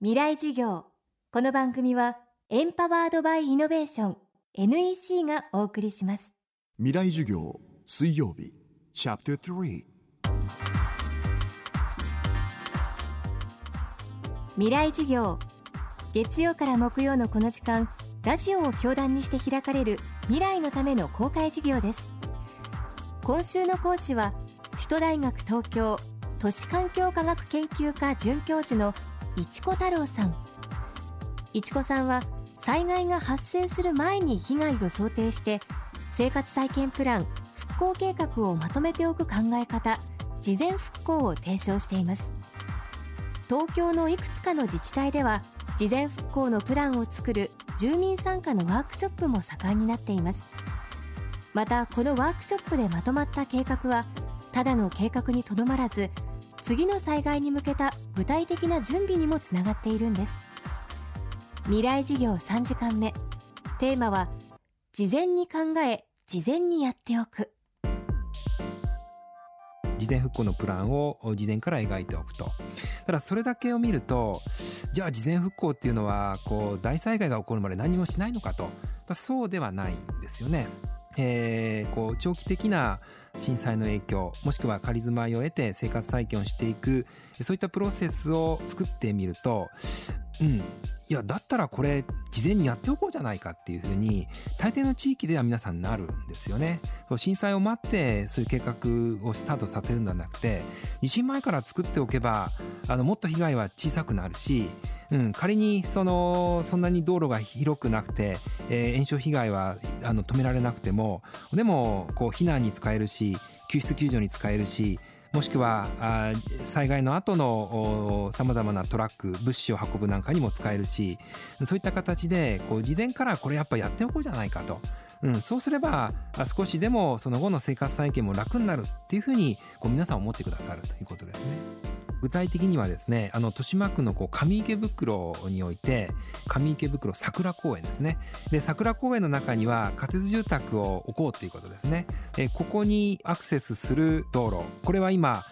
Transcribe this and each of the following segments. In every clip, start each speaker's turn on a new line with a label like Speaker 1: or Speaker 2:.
Speaker 1: 未来授業。この番組はエンパワードバイイノベーション NEC がお送りします。
Speaker 2: 未来授業水曜日チャプター3。
Speaker 1: 未来授業。月曜から木曜のこの時間、ラジオを教壇にして開かれる未来のための公開授業です。今週の講師は首都大学東京都市環境科学研究科准教授の市子太郎さん。市子さんは災害が発生する前に被害を想定して生活再建プラン、復興計画をまとめておく考え方、事前復興を提唱しています。東京のいくつかの自治体では事前復興のプランを作る住民参加のワークショップも盛んになっています。またこのワークショップでまとまった計画はただの計画にとどまらず、次の災害に向けた具体的な準備にもつながっているんです。未来授業3時間目、テーマは事前に考え事前にやっておく。
Speaker 3: 事前復興のプランを事前から描いておくと。ただそれだけを見ると、じゃあ事前復興っていうのは大災害が起こるまで何もしないのかと、そうではないんですよね。長期的な震災の影響、もしくは仮住まいを得て生活再建をしていく、そういったプロセスを作ってみると、いやだったらこれ事前にやっておこうじゃないかっていうふうに大抵の地域では皆さんなるんですよね。震災を待ってそういう計画をスタートさせるんではなくて、地震前から作っておけばもっと被害は小さくなるし、仮にそんなに道路が広くなくて、延焼被害は止められなくても、でも避難に使えるし、救出救助に使えるし、もしくは災害の後のさまざまなトラック、物資を運ぶなんかにも使えるし、そういった形で事前からこれやっぱやっておこうじゃないかと、そうすれば少しでもその後の生活再建も楽になるっていうふうに皆さん思ってくださるということですね。具体的にはですね、豊島区の上池袋において、上池袋桜公園ですね。で、桜公園の中には仮設住宅を置こうということですね。ここにアクセスする道路、これは今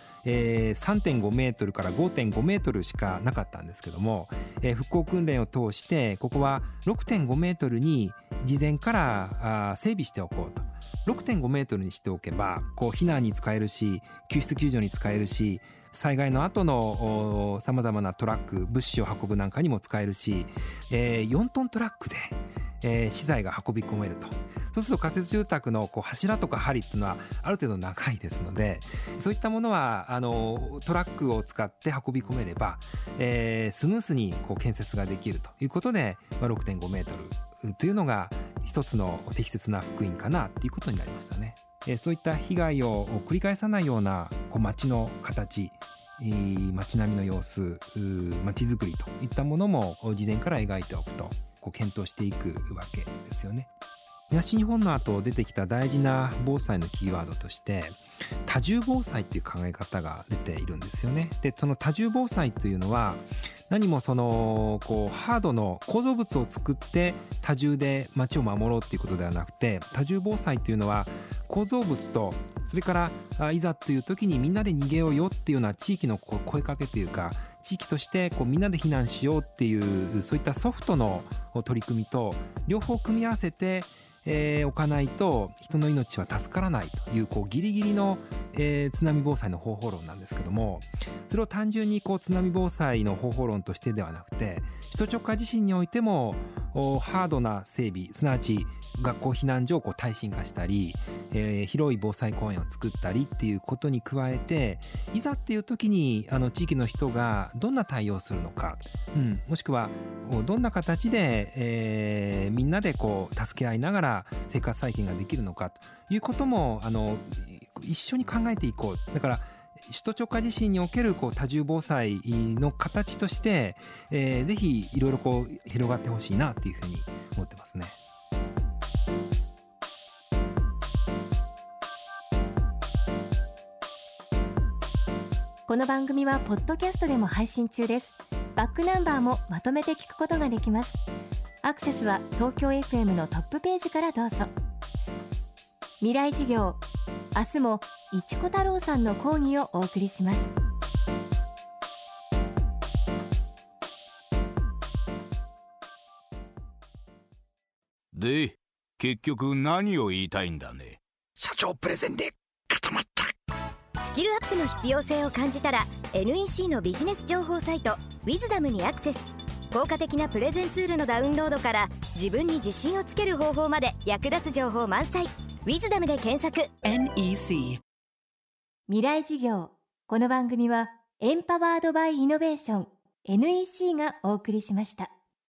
Speaker 3: 3.5 メートルから 5.5 メートルしかなかったんですけども、復興訓練を通してここは 6.5 メートルに事前から整備しておこうと。6.5 メートルにしておけば避難に使えるし、救出救助に使えるし、災害の後のさまざまなトラック、物資を運ぶなんかにも使えるし、4トントラックで、資材が運び込めると。そうすると仮設住宅の柱とか梁っていうのはある程度長いですので、そういったものはトラックを使って運び込めれば、スムースに建設ができるということで、6.5 メートルというのが一つの適切な福音かなということになりましたね。そういった被害を繰り返さないような街の形、街並みの様子、街づくりといったものも事前から描いておくと検討していくわけですよね。東日本の後出てきた大事な防災のキーワードとして多重防災っていう考え方が出ているんですよね。で、その多重防災というのは何もハードの構造物を作って多重で街を守ろうっていうことではなくて、多重防災というのは構造物と、それからいざという時にみんなで逃げようよっていうような地域の声かけというか、地域としてみんなで避難しようっていう、そういったソフトの取り組みと両方組み合わせておかないと人の命は助からないというギリギリの津波防災の方法論なんですけども、それを単純に津波防災の方法論としてではなくて、首都直下地震においてもハードな整備、すなわち学校避難所を耐震化したり、広い防災公園を作ったりっていうことに加えて、いざっていう時に地域の人がどんな対応するのか、もしくはどんな形で、みんなで助け合いながら生活再建ができるのかということも一緒に考えていこう。だから首都直下地震における多重防災の形として、ぜひいろいろ広がってほしいなっていうふうに思ってますね。
Speaker 1: この番組はポッドキャストでも配信中です。バックナンバーもまとめて聞くことができます。アクセスは東京 FM のトップページからどうぞ。未来授業、明日も市子太郎さんの講義をお送りします。
Speaker 4: で、結局何を言いたいんだね。
Speaker 5: 社長プレゼンで固まった。
Speaker 6: スキルアップの必要性を感じたら NEC のビジネス情報サイトウィズダムにアクセス。効果的なプレゼンツールのダウンロードから自分に自信をつける方法まで役立つ情報満載。ウィズダムで検索。
Speaker 7: NEC
Speaker 1: 未来事業。この番組はエンパワードバイイノベーション NEC がお送りしました。